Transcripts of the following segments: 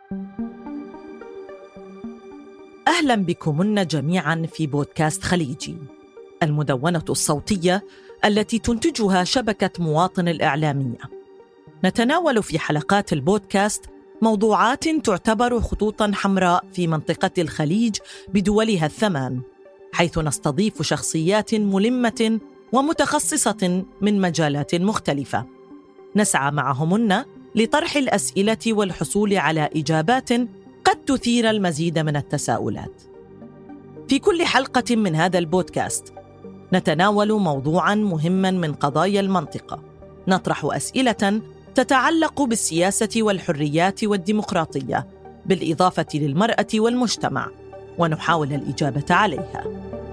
أهلا بكمن جميعا في بودكاست خليجي، المدونة الصوتية التي تنتجها شبكة مواطن الإعلامية. نتناول في حلقات البودكاست موضوعات تعتبر خطوطاً حمراء في منطقة الخليج بدولها الثمان، حيث نستضيف شخصيات ملمة ومتخصصة من مجالات مختلفة. نسعى معهمن لطرح الأسئلة والحصول على إجابات قد تثير المزيد من التساؤلات. في كل حلقة من هذا البودكاست نتناول موضوعاً مهماً من قضايا المنطقة، نطرح أسئلة تتعلق بالسياسة والحريات والديمقراطية، بالإضافة للمرأة والمجتمع، ونحاول الإجابة عليها.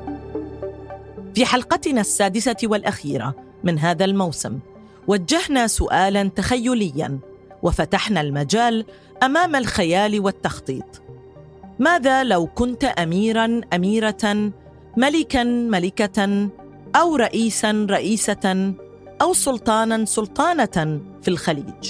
في حلقتنا السادسة والأخيرة من هذا الموسم وجهنا سؤالاً تخيلياً وفتحنا المجال أمام الخيال والتخطيط. ماذا لو كنت أميراً، أميرة، ملكاً، ملكة، أو رئيساً، رئيسة، أو سلطاناً، سلطانة في الخليج؟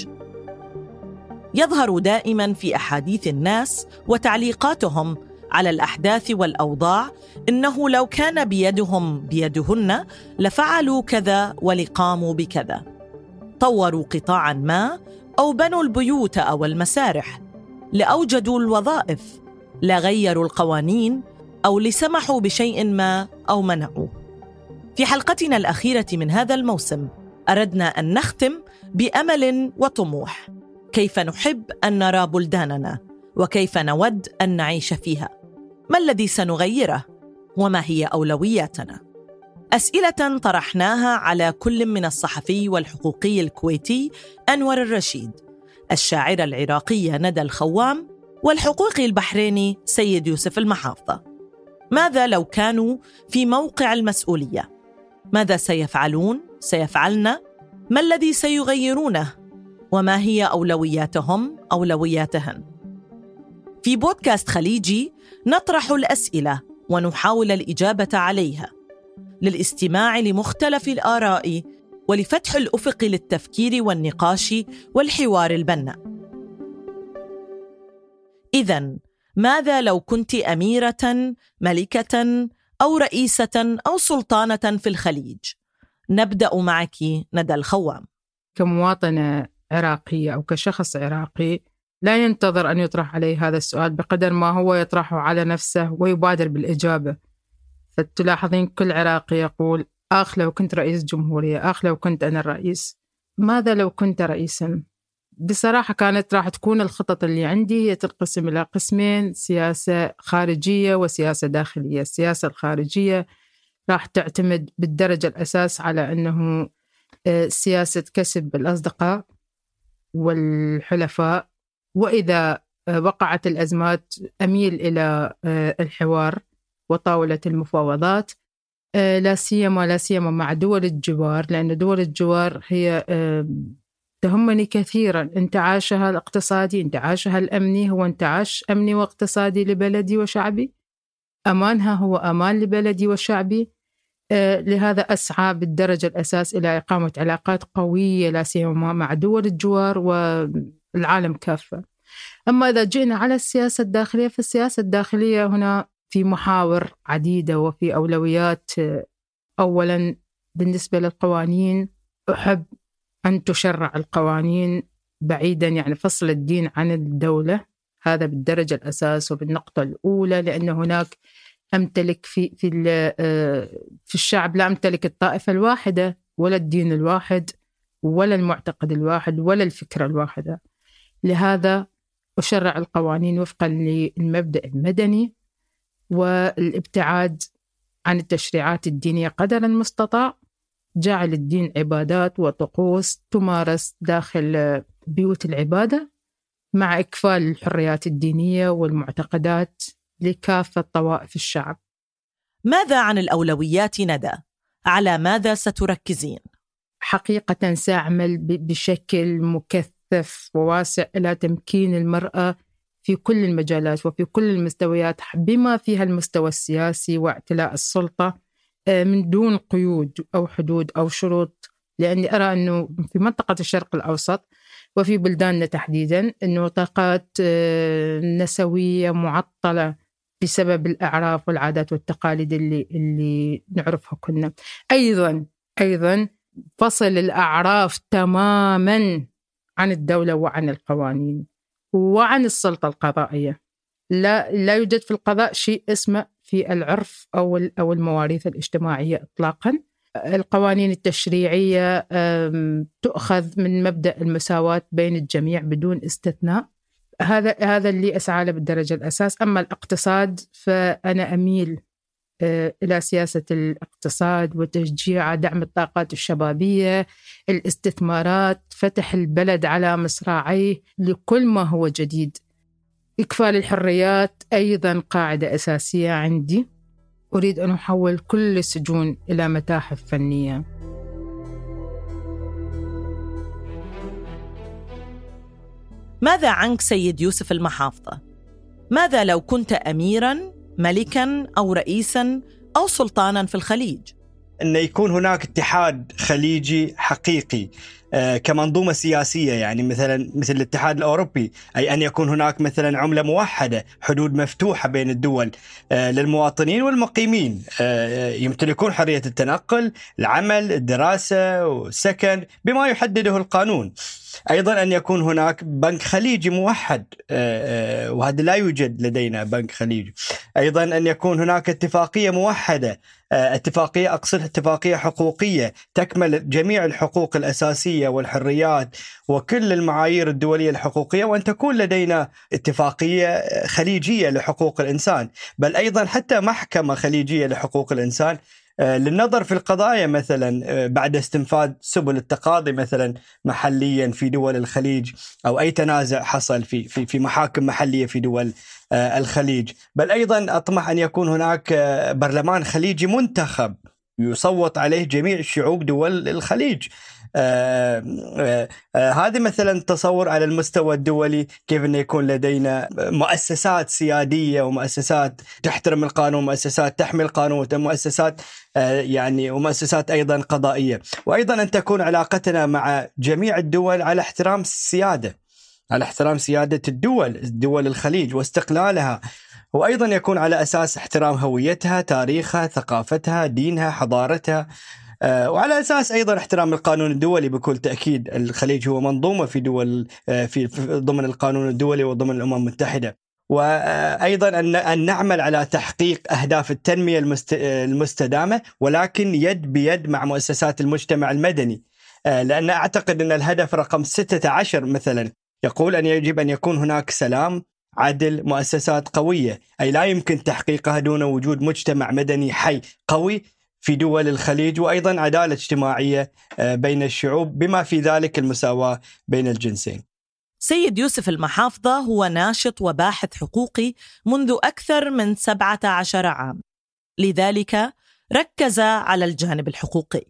يظهر دائماً في أحاديث الناس وتعليقاتهم على الأحداث والأوضاع إنه لو كان بيدهم بيدهن لفعلوا كذا ولقاموا بكذا، طوروا قطاعاً ما، أو بنوا البيوت أو المسارح، لأوجدوا الوظائف، لغيروا القوانين، أو لسمحوا بشيء ما أو منعوه. في حلقتنا الأخيرة من هذا الموسم أردنا أن نختم بأمل وطموح. كيف نحب أن نرى بلداننا، وكيف نود أن نعيش فيها؟ ما الذي سنغيره؟ وما هي أولوياتنا؟ أسئلة طرحناها على كل من الصحفي والحقوقي الكويتي أنور الرشيد، الشاعرة العراقية ندى الخوام، والحقوقي البحريني سيد يوسف المحافظة. ماذا لو كانوا في موقع المسؤولية؟ ماذا سيفعلون؟ سيفعلن؟ ما الذي سيغيرونه؟ وما هي أولوياتهم؟ أولوياتهن؟ في بودكاست خليجي نطرح الأسئلة ونحاول الإجابة عليها، للاستماع لمختلف الآراء ولفتح الأفق للتفكير والنقاش والحوار البناء. إذن، ماذا لو كنت أميرة، ملكة، أو رئيسة، أو سلطانة في الخليج؟ نبدأ معك ندى الخوام. كمواطنة عراقية أو كشخص عراقي لا ينتظر أن يطرح عليه هذا السؤال بقدر ما هو يطرحه على نفسه ويبادر بالإجابة. فتلاحظين كل عراقي يقول لو كنت رئيس جمهورية، لو كنت أنا الرئيس. ماذا لو كنت رئيساً؟ بصراحة كانت راح تكون الخطط اللي عندي هي تنقسم إلى قسمين: سياسة خارجية وسياسة داخلية. السياسة الخارجية راح تعتمد بالدرجة الأساس على أنه سياسة كسب الأصدقاء والحلفاء، وإذا وقعت الأزمات أميل إلى الحوار وطاولة المفاوضات، لا سيما مع دول الجوار، لأن دول الجوار هي تهمني كثيرا. انتعاشها الاقتصادي، انتعاشها الأمني، هو انتعاش أمني واقتصادي لبلدي وشعبي، أمانها هو أمان لبلدي وشعبي. لهذا أسعى بالدرجة الأساس إلى إقامة علاقات قوية لا سيما مع دول الجوار والعالم كافة. أما إذا جئنا على السياسة الداخلية، فالسياسة الداخلية هنا في محاور عديدة وفي أولويات. أولا بالنسبة للقوانين، أحب أن تشرع القوانين بعيدا، يعني فصل الدين عن الدولة، هذا بالدرجة الأساس وبالنقطة الأولى، لأن هناك أمتلك في الشعب لا أمتلك الطائفة الواحدة ولا الدين الواحد ولا المعتقد الواحد ولا الفكرة الواحدة. لهذا أشرع القوانين وفقا للمبدأ المدني والابتعاد عن التشريعات الدينية قدر المستطاع، جعل الدين عبادات وطقوس تمارس داخل بيوت العبادة مع إكفال الحريات الدينية والمعتقدات لكافة طوائف الشعب. ماذا عن الأولويات ندى؟ على ماذا ستركزين؟ حقيقة سأعمل بشكل مكثف وواسع إلى تمكين المرأة في كل المجالات وفي كل المستويات، بما فيها المستوى السياسي واعتلاء السلطة من دون قيود أو حدود أو شروط. لأني أرى أنه في منطقة الشرق الأوسط وفي بلداننا تحديدا أنه طاقات نسوية معطلة بسبب الأعراف والعادات والتقاليد اللي نعرفها كنا. أيضا فصل الأعراف تماما عن الدولة وعن القوانين وعن السلطة القضائية. لا يوجد في القضاء شيء اسمه في العرف أو المواريث الاجتماعية إطلاقا. القوانين التشريعية تؤخذ من مبدأ المساواة بين الجميع بدون استثناء. هذا اللي أسعى له بالدرجة الأساس. أما الاقتصاد فأنا أميل إلى سياسة الاقتصاد وتشجيع دعم الطاقات الشبابية، الاستثمارات، فتح البلد على مصراعيه لكل ما هو جديد. إكفال الحريات أيضا قاعدة أساسية عندي. أريد أن أحول كل السجون إلى متاحف فنية. ماذا عنك سيد يوسف المحافظة؟ ماذا لو كنت أميراً، ملكاً أو رئيساً أو سلطاناً في الخليج؟ أن يكون هناك اتحاد خليجي حقيقي كمنظومة سياسية، يعني مثل الاتحاد الأوروبي، أي أن يكون هناك مثلا عملة موحدة، حدود مفتوحة بين الدول للمواطنين والمقيمين، يمتلكون حرية التنقل، العمل، الدراسة والسكن بما يحدده القانون. أيضا أن يكون هناك بنك خليجي موحد، وهذا لا يوجد لدينا بنك خليجي. أيضا أن يكون هناك اتفاقية موحدة، اتفاقية أقصد اتفاقية حقوقية تكمل جميع الحقوق الأساسية والحريات وكل المعايير الدولية الحقوقية، وأن تكون لدينا اتفاقية خليجية لحقوق الإنسان، بل أيضا حتى محكمة خليجية لحقوق الإنسان للنظر في القضايا مثلا بعد استنفاذ سبل التقاضي مثلا محليا في دول الخليج، أو أي تنازع حصل في محاكم محلية في دول الخليج. بل أيضا أطمح أن يكون هناك برلمان خليجي منتخب يصوت عليه جميع شعوب دول الخليج. هذه مثلا تصور على المستوى الدولي، كيف أن يكون لدينا مؤسسات سيادية ومؤسسات تحترم القانون، مؤسسات تحمي القانون، ومؤسسات ومؤسسات أيضا قضائية. وأيضا أن تكون علاقتنا مع جميع الدول على احترام السيادة، على احترام سيادة دول الخليج واستقلالها، وأيضا يكون على أساس احترام هويتها، تاريخها، ثقافتها، دينها، حضارتها، وعلى أساس أيضا احترام القانون الدولي. بكل تأكيد الخليج هو منظومة في دول في ضمن القانون الدولي وضمن الأمم المتحدة. وأيضا أن نعمل على تحقيق أهداف التنمية المستدامة، ولكن يد بيد مع مؤسسات المجتمع المدني، لأن أعتقد أن الهدف رقم 16 مثلا يقول أن يجب أن يكون هناك سلام، عدل، مؤسسات قوية، أي لا يمكن تحقيقها دون وجود مجتمع مدني حي قوي في دول الخليج، وأيضا عدالة اجتماعية بين الشعوب بما في ذلك المساواة بين الجنسين. سيد يوسف المحافظة هو ناشط وباحث حقوقي منذ أكثر من 17 عام، لذلك ركز على الجانب الحقوقي.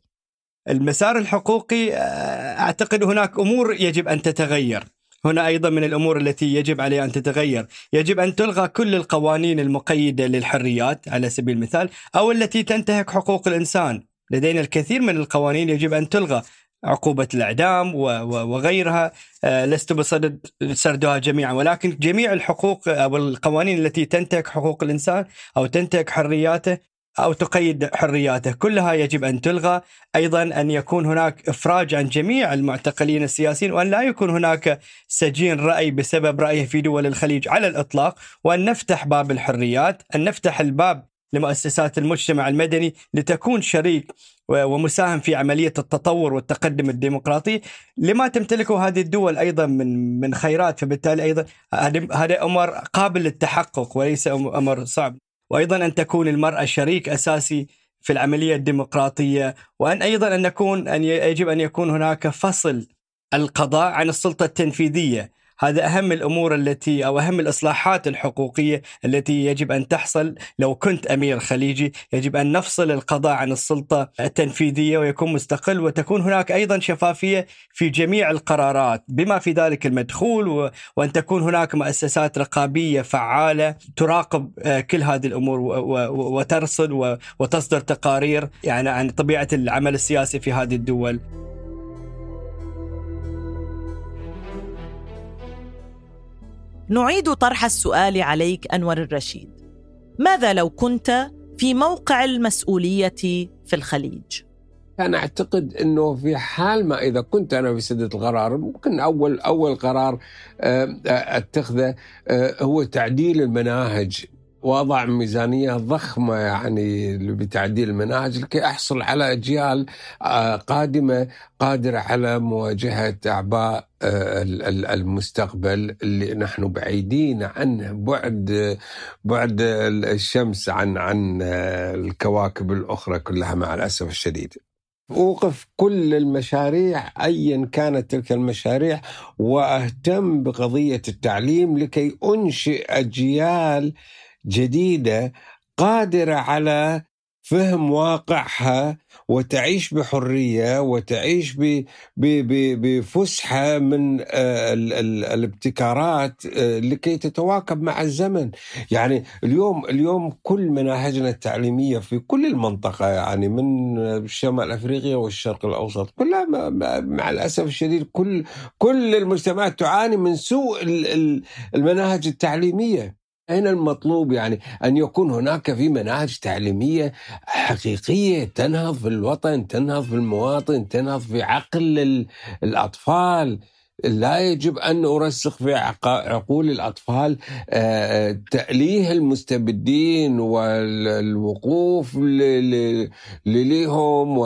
المسار الحقوقي أعتقد هناك أمور يجب أن تتغير. هنا أيضا من الأمور التي يجب عليها أن تتغير، يجب أن تلغى كل القوانين المقيدة للحريات على سبيل المثال، أو التي تنتهك حقوق الإنسان. لدينا الكثير من القوانين يجب أن تلغى، عقوبة الإعدام وغيرها، لست بصدد سردها جميعا، ولكن جميع الحقوق أو القوانين التي تنتهك حقوق الإنسان أو تنتهك حرياته أو تقيد حرياته كلها يجب أن تلغى. أيضا أن يكون هناك إفراج عن جميع المعتقلين السياسيين، وأن لا يكون هناك سجين رأي بسبب رأيه في دول الخليج على الإطلاق، وأن نفتح باب الحريات، أن نفتح الباب لمؤسسات المجتمع المدني لتكون شريك ومساهم في عملية التطور والتقدم الديمقراطي لما تمتلكه هذه الدول أيضا من خيرات. فبالتالي أيضا هذا أمر قابل للتحقق وليس أمر صعب. وأيضا أن تكون المرأة شريك أساسي في العملية الديمقراطية، وأن أيضا أن يجب أن يكون هناك فصل القضاء عن السلطة التنفيذية. هذا أهم الأمور أو أهم الإصلاحات الحقوقية التي يجب أن تحصل. لو كنت أمير خليجي يجب أن نفصل القضاء عن السلطة التنفيذية ويكون مستقل، وتكون هناك أيضا شفافية في جميع القرارات بما في ذلك المدخول، وأن تكون هناك مؤسسات رقابية فعالة تراقب كل هذه الأمور وترصد وتصدر تقارير عن طبيعة العمل السياسي في هذه الدول. نعيد طرح السؤال عليك أنور الرشيد. ماذا لو كنت في موقع المسؤولية في الخليج؟ أنا أعتقد أنه في حال ما إذا كنت أنا في سدة القرار، ممكن أول قرار أتخذه هو تعديل المناهج، وضع ميزانية ضخمة يعني بتعديل المناهج لكي أحصل على أجيال قادمة قادرة على مواجهة أعباء المستقبل اللي نحن بعيدين عنه بعد الشمس عن الكواكب الأخرى كلها مع الأسف الشديد. أوقف كل المشاريع أيا كانت تلك المشاريع، وأهتم بقضية التعليم لكي أنشئ أجيال جديدة قادرة على فهم واقعها وتعيش بحرية وتعيش بفسحة من الابتكارات لكي تتواكب مع الزمن. يعني اليوم كل مناهجنا التعليمية في كل المنطقة، يعني من شمال أفريقيا والشرق الأوسط كلها مع الأسف الشديد كل المجتمعات تعاني من سوء المناهج التعليمية. أين المطلوب؟ يعني أن يكون هناك في مناهج تعليمية حقيقية تنهض في الوطن، تنهض في المواطن، تنهض في عقل الأطفال. لا يجب أن نرسخ في عقول الأطفال تأليه المستبدين والوقوف لهم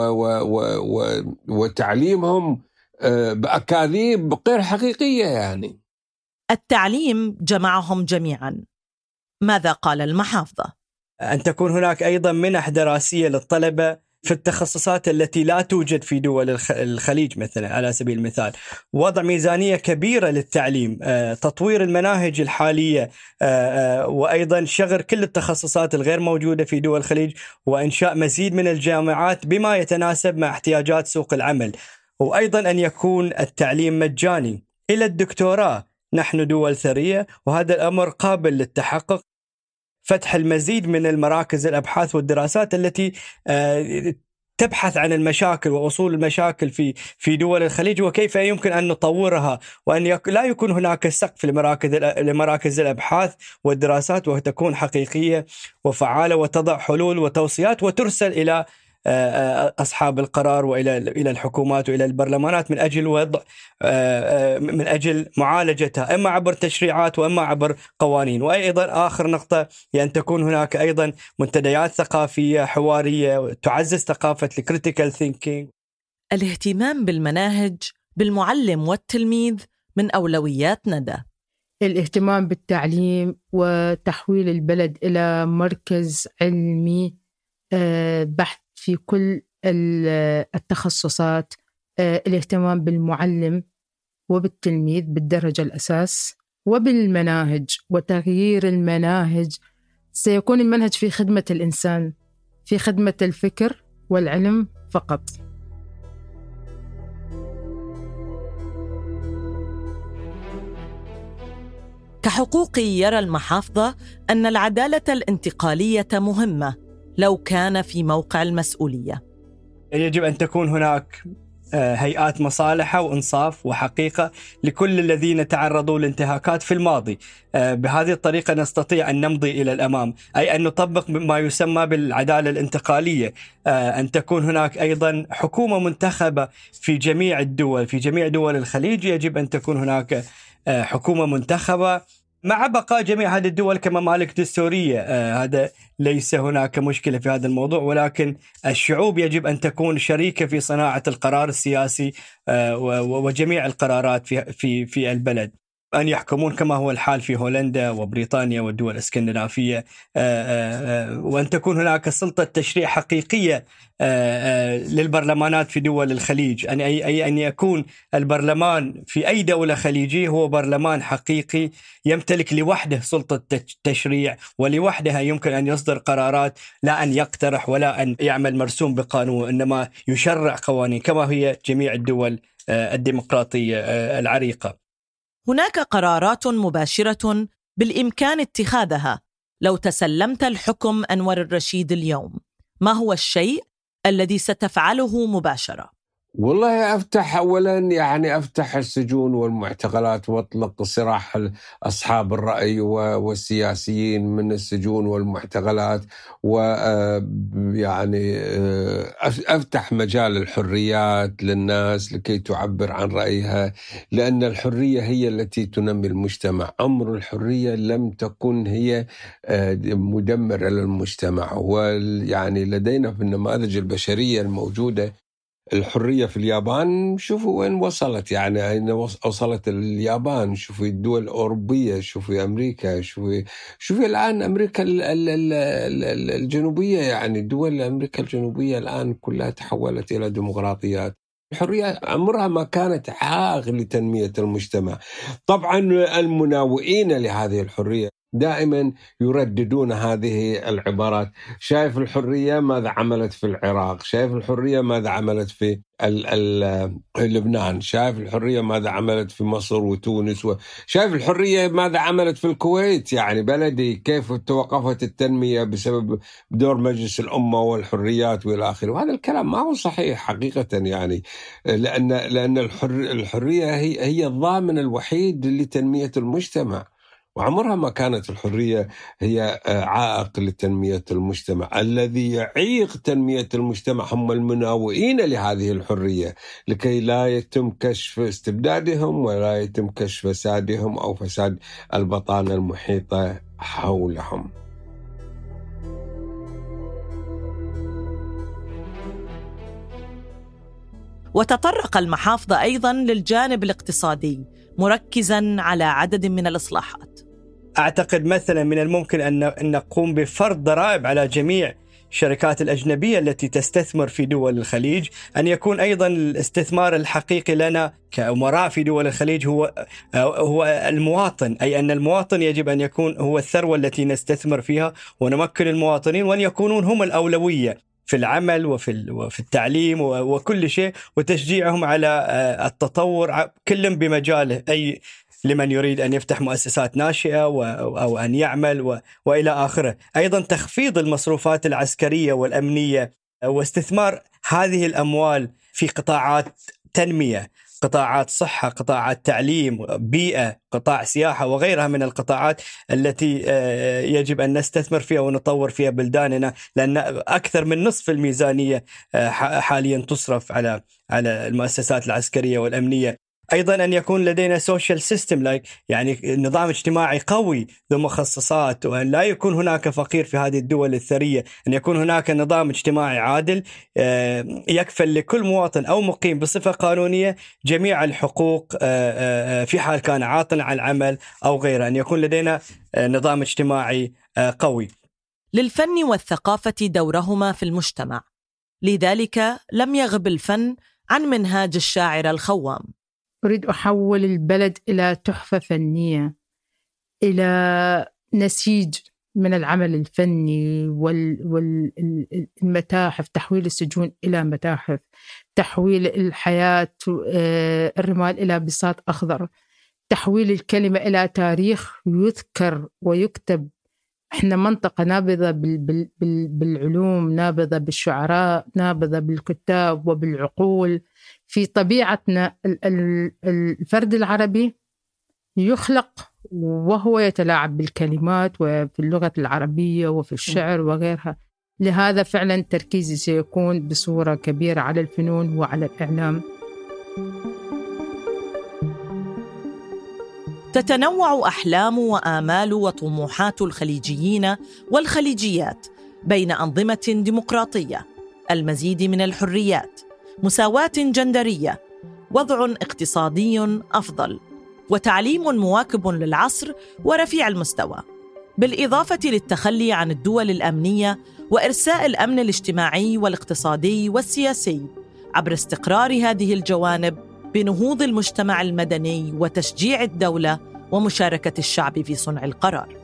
وتعليمهم بأكاذيب غير حقيقية. يعني التعليم جمعهم جميعاً. ماذا قال المحافظة؟ أن تكون هناك أيضا منح دراسية للطلبة في التخصصات التي لا توجد في دول الخليج، مثلا على سبيل المثال وضع ميزانية كبيرة للتعليم، تطوير المناهج الحالية، وأيضا شغل كل التخصصات الغير موجودة في دول الخليج، وإنشاء مزيد من الجامعات بما يتناسب مع احتياجات سوق العمل. وأيضا أن يكون التعليم مجاني إلى الدكتوراه. نحن دول ثرية وهذا الأمر قابل للتحقق. فتح المزيد من المراكز الأبحاث والدراسات التي تبحث عن المشاكل وأصول المشاكل في دول الخليج وكيف يمكن أن نطورها، وأن لا يكون هناك سقف لمراكز الأبحاث والدراسات، وتكون حقيقية وفعالة وتضع حلول وتوصيات وترسل إلى أصحاب القرار وإلى الحكومات وإلى البرلمانات من أجل معالجتها، إما عبر تشريعات وإما عبر قوانين. وأيضا آخر نقطة هي أن تكون هناك أيضا منتديات ثقافية حوارية تعزز ثقافة الكريتيكال ثينكينج. الاهتمام بالمناهج بالمعلم والتلميذ من أولويات ندى. الاهتمام بالتعليم وتحويل البلد إلى مركز علمي بحث في كل التخصصات، الاهتمام بالمعلم وبالتلميذ بالدرجة الأساس، وبالمناهج وتغيير المناهج. سيكون المنهج في خدمة الإنسان، في خدمة الفكر والعلم فقط. كحقوقي يرى المحافظة أن العدالة الانتقالية مهمة لو كان في موقع المسؤولية. يجب أن تكون هناك هيئات مصالحة وإنصاف وحقيقة لكل الذين تعرضوا لانتهاكات في الماضي. بهذه الطريقة نستطيع أن نمضي إلى الأمام، أي أن نطبق ما يسمى بالعدالة الانتقالية. أن تكون هناك أيضا حكومة منتخبة في جميع الدول، في جميع دول الخليج يجب أن تكون هناك حكومة منتخبة مع بقاء جميع هذه الدول كممالك دستورية. هذا ليس هناك مشكلة في هذا الموضوع، ولكن الشعوب يجب أن تكون شريكة في صناعة القرار السياسي وجميع القرارات في البلد. أن يحكمون كما هو الحال في هولندا وبريطانيا والدول الاسكندنافية، وأن تكون هناك سلطة تشريع حقيقية للبرلمانات في دول الخليج. أي أن يكون البرلمان في أي دولة خليجية هو برلمان حقيقي يمتلك لوحده سلطة تشريع، ولوحدها يمكن أن يصدر قرارات، لا أن يقترح ولا أن يعمل مرسوم بقانون، إنما يشرع قوانين كما هي جميع الدول الديمقراطية العريقة. هناك قرارات مباشرة بالإمكان اتخاذها لو تسلمت الحكم أنور الرشيد اليوم. ما هو الشيء الذي ستفعله مباشرة؟ والله أفتح السجون والمعتقلات وأطلق سراح أصحاب الرأي والسياسيين من السجون والمعتقلات، ويعني أفتح مجال الحريات للناس لكي تعبر عن رأيها، لأن الحرية هي التي تنمي المجتمع. عمر الحرية لم تكن هي مدمرة للمجتمع. ويعني لدينا في النماذج البشرية الموجودة الحرية في اليابان، شوفوا وين وصلت، يعني أين وصلت اليابان، شوفوا الدول الأوروبية، شوفوا أمريكا، شوفوا الآن أمريكا الجنوبية، يعني دول أمريكا الجنوبية الآن كلها تحولت إلى ديمقراطيات. الحرية عمرها ما كانت عائق لتنمية المجتمع. طبعا المناوئين لهذه الحرية دائما يرددون هذه العبارات. شايف الحرية ماذا عملت في العراق، شايف الحرية ماذا عملت في لبنان، شايف الحرية ماذا عملت في مصر وتونس، شايف الحرية ماذا عملت في الكويت، يعني بلدي كيف توقفت التنمية بسبب دور مجلس الأمة والحريات والى آخره. وهذا الكلام ما هو صحيح حقيقة، يعني لأن الحرية هي الضامن الوحيد لتنمية المجتمع، وعمرها ما كانت الحرية هي عائق لتنمية المجتمع. الذي يعيق تنمية المجتمع هم المناوئين لهذه الحرية، لكي لا يتم كشف استبدادهم ولا يتم كشف فسادهم أو فساد البطانة المحيطة حولهم. وتطرق المحافظ أيضاً للجانب الاقتصادي مركزاً على عدد من الإصلاحات. أعتقد مثلا من الممكن أن نقوم بفرض ضرائب على جميع الشركات الأجنبية التي تستثمر في دول الخليج، أن يكون أيضا الاستثمار الحقيقي لنا كأمراء في دول الخليج هو المواطن، أي أن المواطن يجب أن يكون هو الثروة التي نستثمر فيها، ونمكن المواطنين وأن يكونون هم الأولوية في العمل وفي التعليم وكل شيء، وتشجيعهم على التطور كل بمجاله، أي لمن يريد أن يفتح مؤسسات ناشئة أو أن يعمل وإلى آخره. أيضا تخفيض المصروفات العسكرية والأمنية واستثمار هذه الأموال في قطاعات تنمية، قطاعات صحة، قطاعات تعليم، بيئة، قطاع سياحة وغيرها من القطاعات التي يجب أن نستثمر فيها ونطور فيها بلداننا، لأن أكثر من نصف الميزانية حاليا تصرف على المؤسسات العسكرية والأمنية. أيضا أن يكون لدينا social system يعني نظام اجتماعي قوي ذو مخصصات، وأن لا يكون هناك فقير في هذه الدول الثرية، أن يكون هناك نظام اجتماعي عادل يكفل لكل مواطن أو مقيم بصفة قانونية جميع الحقوق في حال كان عاطلا عن العمل أو غيره. أن يكون لدينا نظام اجتماعي قوي. للفن والثقافة دورهما في المجتمع، لذلك لم يغب الفن عن منهاج الشاعر الخوام. أريد أحول البلد إلى تحفة فنية، إلى نسيج من العمل الفني والمتاحف، تحويل السجون إلى متاحف، تحويل الحياة الرمال إلى بساط أخضر، تحويل الكلمة إلى تاريخ يذكر ويكتب. إحنا منطقة نابضة بالعلوم، نابضة بالشعراء، نابضة بالكتاب وبالعقول. في طبيعتنا الفرد العربي يخلق وهو يتلاعب بالكلمات وفي اللغة العربية وفي الشعر وغيرها. لهذا فعلا تركيزي سيكون بصورة كبيرة على الفنون وعلى الإعلام. تتنوع أحلام وآمال وطموحات الخليجيين والخليجيات بين أنظمة ديمقراطية، المزيد من الحريات، مساواة جندرية، وضع اقتصادي أفضل، وتعليم مواكب للعصر ورفيع المستوى، بالإضافة للتخلي عن الدول الأمنية وإرساء الأمن الاجتماعي والاقتصادي والسياسي عبر استقرار هذه الجوانب بنهوض المجتمع المدني وتشجيع الدولة ومشاركة الشعب في صنع القرار.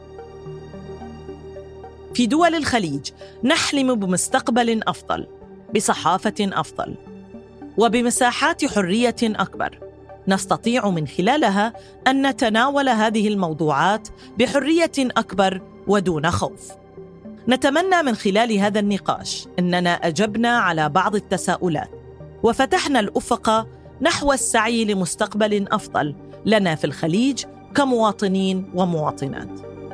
في دول الخليج نحلم بمستقبل أفضل، بصحافة أفضل، وبمساحات حرية أكبر، نستطيع من خلالها أن نتناول هذه الموضوعات بحرية أكبر ودون خوف. نتمنى من خلال هذا النقاش أننا أجبنا على بعض التساؤلات وفتحنا الأفق نحو السعي لمستقبل أفضل لنا في الخليج كمواطنين ومواطنات.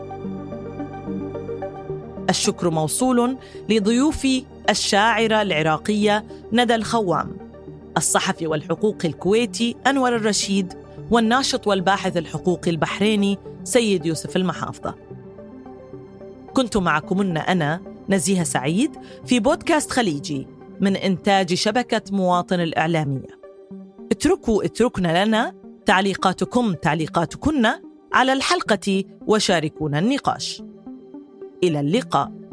الشكر موصول لضيوفي الشاعرة العراقية ندى الخوام، الصحفي والحقوقي الكويتي أنور الرشيد، والناشط والباحث الحقوقي البحريني سيد يوسف المحافظة. كنت معكم أنا نزيهة سعيد في بودكاست خليجي من إنتاج شبكة مواطن الإعلامية. اتركنا لنا تعليقاتكن على الحلقة وشاركونا النقاش. إلى اللقاء.